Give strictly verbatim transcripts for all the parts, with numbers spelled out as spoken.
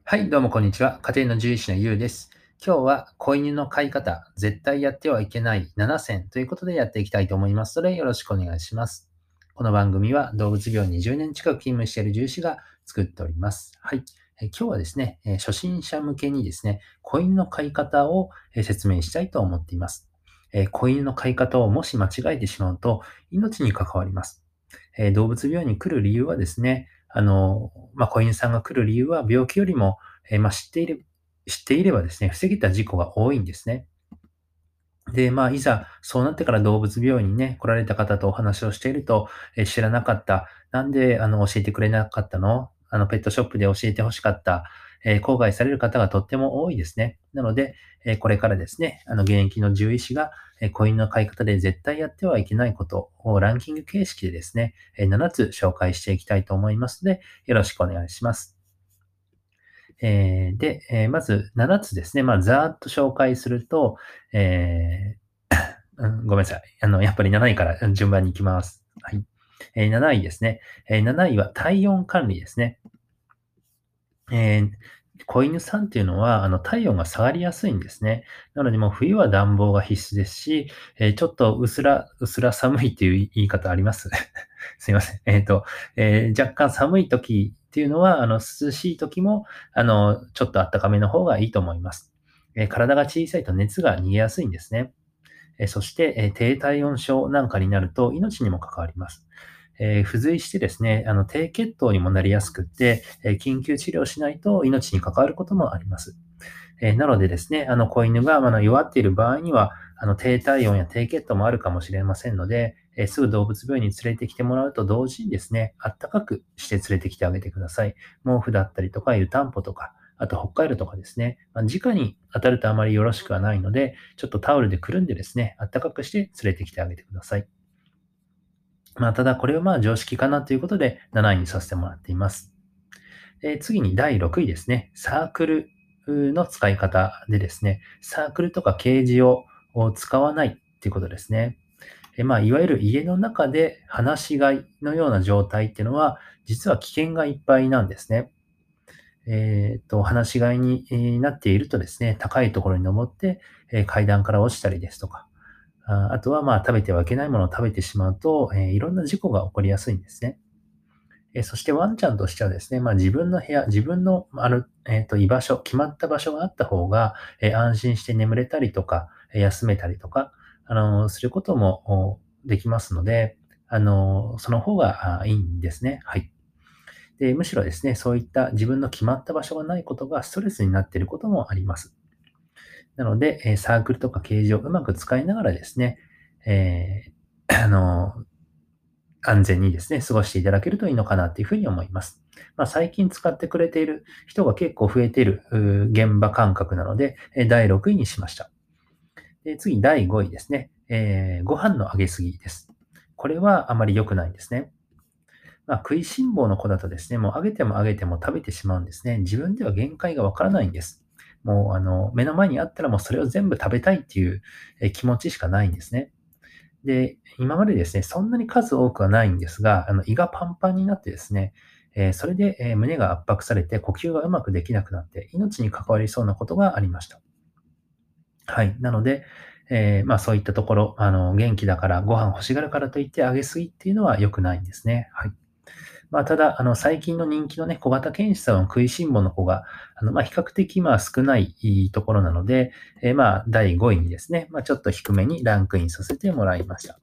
はい、どうもこんにちは。家庭の獣医師のゆうです。今日は子犬の飼い方、絶対やってはいけないなな選ということでやっていきたいと思いますので、よろしくお願いします。この番組は動物病にじゅうねん近く勤務している獣医師が作っております。はい。え今日はですね、え初心者向けにですね、子犬の飼い方をえ説明したいと思っています。え子犬の飼い方をもし間違えてしまうと、命に関わります。えー動物病院に来る理由はですね、あの、まあ、子犬さんが来る理由は病気よりも、えーまあ、知っている、知っていればですね、防げた事故が多いんですね。で、まあ、いざそうなってから動物病院にね、来られた方とお話をしていると、え、知らなかった、なんで、あの、教えてくれなかったの？あの、ペットショップで教えて欲しかった、え、後悔される方がとっても多いですね。なので、え、これからですね、あの、現役の獣医師が、え、子犬の飼い方で絶対やってはいけないことをランキング形式でですね、え、ななつ紹介していきたいと思いますので、よろしくお願いします。えーで、え、まずななつですね、まあ、ざーっと紹介すると、えうん、ごめんなさい。あの、やっぱりなないから、うん順番に行きます。はい。えー、なないですね。えー、なないは体温管理ですね。えー子犬さんっていうのは、あの、体温が下がりやすいんですね。なので、もう冬は暖房が必須ですし、えーちょっとうすらうすら寒いっていう言い方あります？すいません。えっと、えー若干寒い時っていうのは、あの、涼しい時も、あの、ちょっと暖かめの方がいいと思います。えー体が小さいと熱が逃げやすいんですね。えそして、え低体温症なんかになると命にも関わります。えー付随してですね、あの低血糖にもなりやすくって、えー緊急治療しないと命に関わることもあります。えーなのでですね、あの子犬があの弱っている場合には、あの低体温や低血糖もあるかもしれませんので、えーすぐ動物病院に連れてきてもらうと同時にですね、あったかくして連れてきてあげてください。毛布だったりとか湯たんぽとか、あと北海道とかですね、まあ、直に当たるとあまりよろしくはないので、ちょっとタオルでくるんでですね、あったかくして連れてきてあげてください。まあ、ただこれはまあ常識かなということでなないにさせてもらっています。えー次にだいろくいですね。サークルの使い方でですね、サークルとかケージを使わないっていうことですね。えまあ、いわゆる家の中で放し飼いのような状態っていうのは、実は危険がいっぱいなんですね。えっと、放し飼いにえーなっているとですね、高いところに登って、えー階段から落ちたりですとか、ああとはまあ食べてはいけないものを食べてしまうと、えーいろんな事故が起こりやすいんですね。え、そしてワンちゃんとしてはですね、まあ、自分の部屋、自分のある、えっと、居場所、決まった場所があった方が、え、安心して眠れたりとか、え、休めたりとか、あの、することも、おできますので、あの、その方が、あ、いいんですね。はい。で、むしろですね、そういった自分の決まった場所がないことがストレスになっていることもあります。なので、え、サークルとかケージをうまく使いながらですね、えーあの安全にですね、過ごしていただけるといいのかなというふうに思います。まあ、最近使ってくれている人が結構増えているう現場感覚なので、えだいろくいにしました。で次、だいごいですね。えーご飯のあげすぎです。これはあまり良くないんですね。まあ、食いしん坊の子だとですね、もうあげてもあげても食べてしまうんですね。自分では限界がわからないんです。もうあの目の前にあったらもうそれを全部食べたいっていうえ気持ちしかないんですね。で、今までですね、そんなに数多くはないんですが、あの、胃がパンパンになってですね、えーそれで、えー胸が圧迫されて呼吸がうまくできなくなって、命に関わりそうなことがありました。はい。なので、えーまあそういったところ、あの、元気だから、ご飯欲しがるからといってあげすぎっていうのは良くないんですね。はい。まあ、ただ、あの、最近の人気のね、小型犬種さんは食いしん坊の子が、あの、まあ、比較的、まあ、少ないところなので、えーまあ、だいごいにですね、まあ、ちょっと低めにランクインさせてもらいました。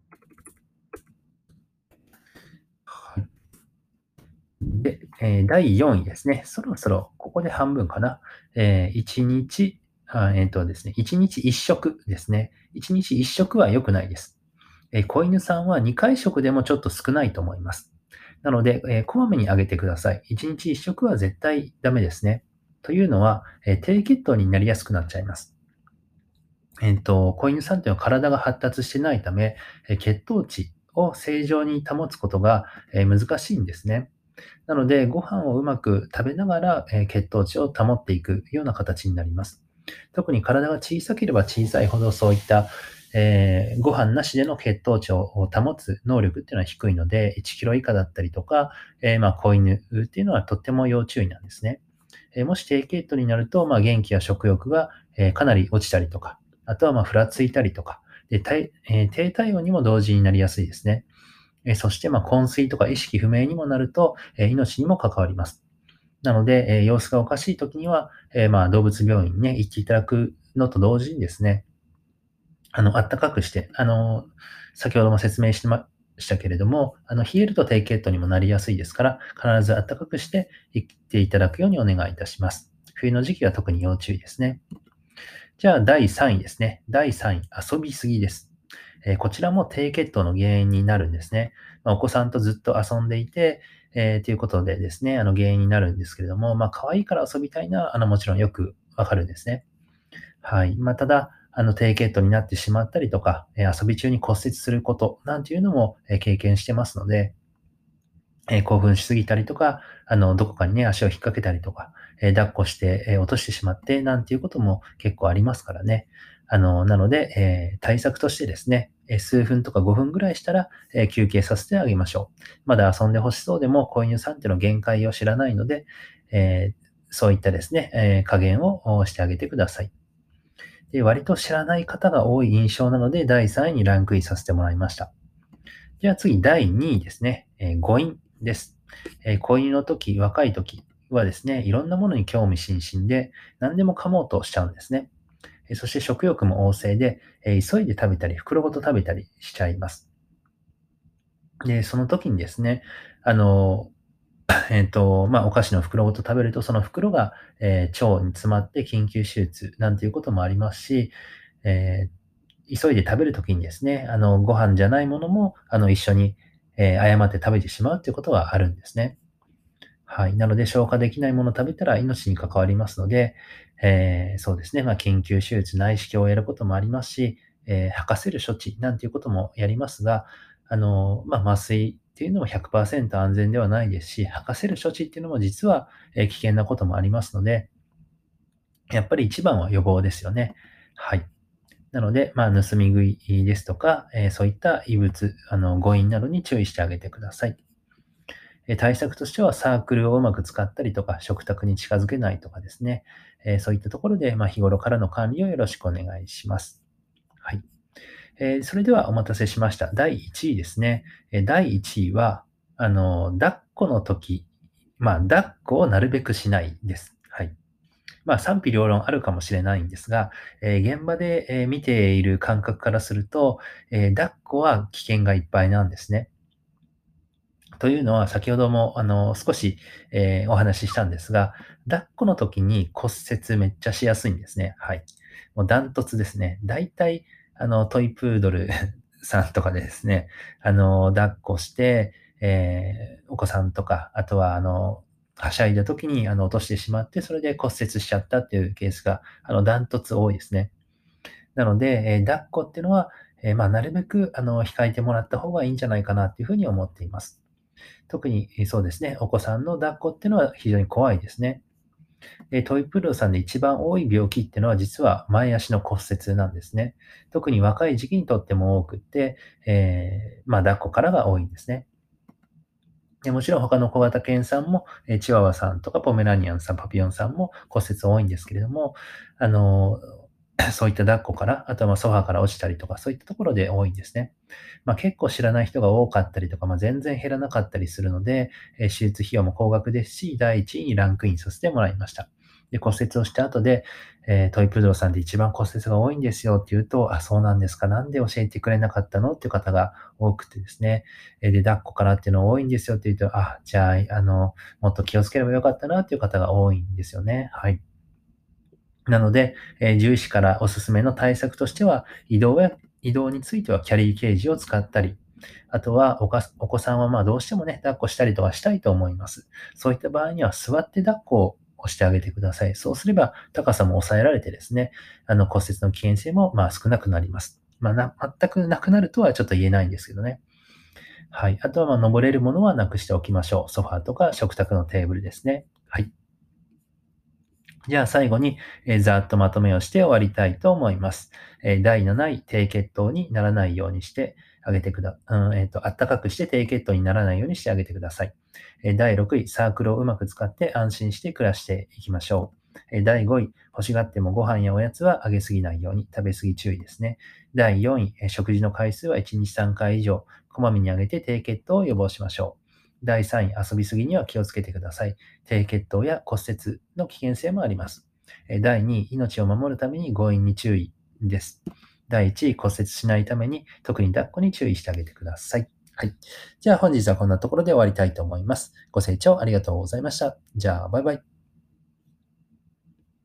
はい。で、えーだいよんいですね。そろそろ、ここで半分かな。えー、いちにち、あえっとですね、いちにちいっ食ですね。いちにちいっ食は良くないです。えー子犬さんはにかい食でもちょっと少ないと思います。なので、えーこまめにあげてください。いちにちいっ食は絶対ダメですね。というのは、えー低血糖になりやすくなっちゃいます。えっと、子犬さんっていうのは体が発達してないため、えー血糖値を正常に保つことが、えー難しいんですね。なので、ご飯をうまく食べながら、えー血糖値を保っていくような形になります。特に体が小さければ小さいほど、そういった、えーご飯なしでの血糖値を保つ能力っていうのは低いので、いちキロ以下だったりとか、えーまあ、子犬っていうのはとっても要注意なんですね。 えーもし低血糖になると、まあ、元気や食欲が、えーかなり落ちたりとか、あとはまあふらついたりとか、で体えー低体温にも同時になりやすいですね。えーそしてまあ昏睡とか意識不明にもなると、えー命にも関わります。なので、えー様子がおかしいときには、えーまあ動物病院にね、行っていただくのと同時にですね、あの、あったかくして、あの、先ほども説明してましたけれども、あの、冷えると低血糖にもなりやすいですから、必ずあったかくしていっていただくようにお願いいたします。冬の時期は特に要注意ですね。じゃあ、だいさんいですね。だいさんい、遊びすぎです。えーこちらも低血糖の原因になるんですね。まあ、お子さんとずっと遊んでいて、えーということでですね、あの原因になるんですけれども、まあ、可愛いから遊びたいのは、あの、もちろんよくわかるんですね。はい。まあ、ただ、あの、低血糖になってしまったりとか、えー遊び中に骨折することなんていうのも、えー経験してますので、えー興奮しすぎたりとか、あの、どこかにね、足を引っ掛けたりとか、えー抱っこして、えー落としてしまって、なんていうことも結構ありますからね。あの、なので、えー対策としてですね、えー数分とかごふんぐらいしたら、えー休憩させてあげましょう。まだ遊んでほしそうでも、子犬さんっていうの限界を知らないので、えーそういったですね、えー加減をおしてあげてください。で、割と知らない方が多い印象なので、だいさんいにランクインさせてもらいました。じゃあ次、だいにいですね。えー誤飲です。えー子犬の時、若い時はですね、いろんなものに興味津々で、何でも噛もうとしちゃうんですね。えーそして食欲も旺盛で、えー急いで食べたり、袋ごと食べたりしちゃいます。で、その時にですね、あの、えっと、まあ、お菓子の袋ごと食べると、その袋が、えー腸に詰まって緊急手術なんていうこともありますし、えー急いで食べるときにですね、あの、ご飯じゃないものも、あの、一緒に、えー誤って食べてしまうということがあるんですね。はい。なので、消化できないものを食べたら命に関わりますので、えーそうですね、まあ、緊急手術、内視鏡をやることもありますし、えー吐かせる処置なんていうこともやりますが、あの、まあ、麻酔っていうのもひゃくパーセント安全ではないですし、吐かせる処置っていうのも実は、えー危険なこともありますので、やっぱり一番は予防ですよね。はい。なので、まあ、盗み食いですとか、えーそういった異物、あの、誤飲などに注意してあげてください。えー対策としては、サークルをうまく使ったりとか、食卓に近づけないとかですね、えーそういったところで、まあ、日頃からの管理をよろしくお願いします。はい。えーそれではお待たせしました。だいいちいですね。えーだいいちいは、あの、抱っこの時、まあ、抱っこをなるべくしないです。はい。まあ、賛否両論あるかもしれないんですが、えー現場で、えー見ている感覚からすると、えー抱っこは危険がいっぱいなんですね。というのは、先ほども、あの、少し、えーお話ししたんですが、抱っこの時に骨折めっちゃしやすいんですね。はい。もうダントツですね。だいたい、あの、トイプードルさんとかでですね、あの、抱っこして、えーお子さんとか、あとは、あの、はしゃいだ時に、あの、落としてしまって、それで骨折しちゃったっていうケースが、あの、ダントツ多いですね。なので、えー抱っこっていうのは、えーまあ、なるべく、あの、控えてもらった方がいいんじゃないかなっていうふうに思っています。特に、え、そうですね、お子さんの抱っこっていうのは非常に怖いですね。で、トイプードルさんで一番多い病気っていうのは実は前足の骨折なんですね。特に若い時期にとっても多くって、えーまあ、抱っこからが多いんですね。で、もちろん他の小型犬さんも、え、チワワさんとかポメラニアンさん、パピヨンさんも骨折多いんですけれども、あの、そういった抱っこから、あとは、ま、ソファーから落ちたりとか、そういったところで多いんですね。ま、結構知らない人が多かったりとか、ま、全然減らなかったりするので、え、手術費用も高額ですし、だいいちいにランクインさせてもらいました。で、骨折をした後で、えートイプードルさんで一番骨折が多いんですよって言うと、あ、そうなんですか。なんで教えてくれなかったのっていう方が多くてですね。え、で、抱っこからっていうの多いんですよって言うと、あ、じゃあ、あの、もっと気をつければよかったなっていう方が多いんですよね。はい。なので、えー獣医師からおすすめの対策としては、移動や移動についてはキャリーケージを使ったり、あとはおかお子さんはまあどうしてもね、抱っこしたりとかしたいと思います。そういった場合には座って抱っこをしてあげてください。そうすれば高さも抑えられてですね、あの骨折の危険性もまあ少なくなります。まあ、な全くなくなるとはちょっと言えないんですけどね。はい。あとはまあ登れるものはなくしておきましょう。ソファーとか食卓のテーブルですね。はい。じゃあ最後に、えーざーっとまとめをして終わりたいと思います。えーだいなない、低血糖にならないようにしてあげてくだ、うん、えっと、あったかくして低血糖にならないようにしてあげてください。 えーだいろくい、サークルをうまく使って安心して暮らしていきましょう。えーだいごい、欲しがってもご飯やおやつはあげすぎないように、食べ過ぎ注意ですね。だいよんい、えー食事の回数はいちにちさんかい以上、こまめにあげて低血糖を予防しましょう。だいさんい、遊びすぎには気をつけてください。低血糖や骨折の危険性もあります。えーだいにい、命を守るために強引に注意です。だいいちい、骨折しないために、特に抱っこに注意してあげてください。はい。じゃあ本日はこんなところで終わりたいと思います。ご清聴ありがとうございました。じゃあ、バイバイ。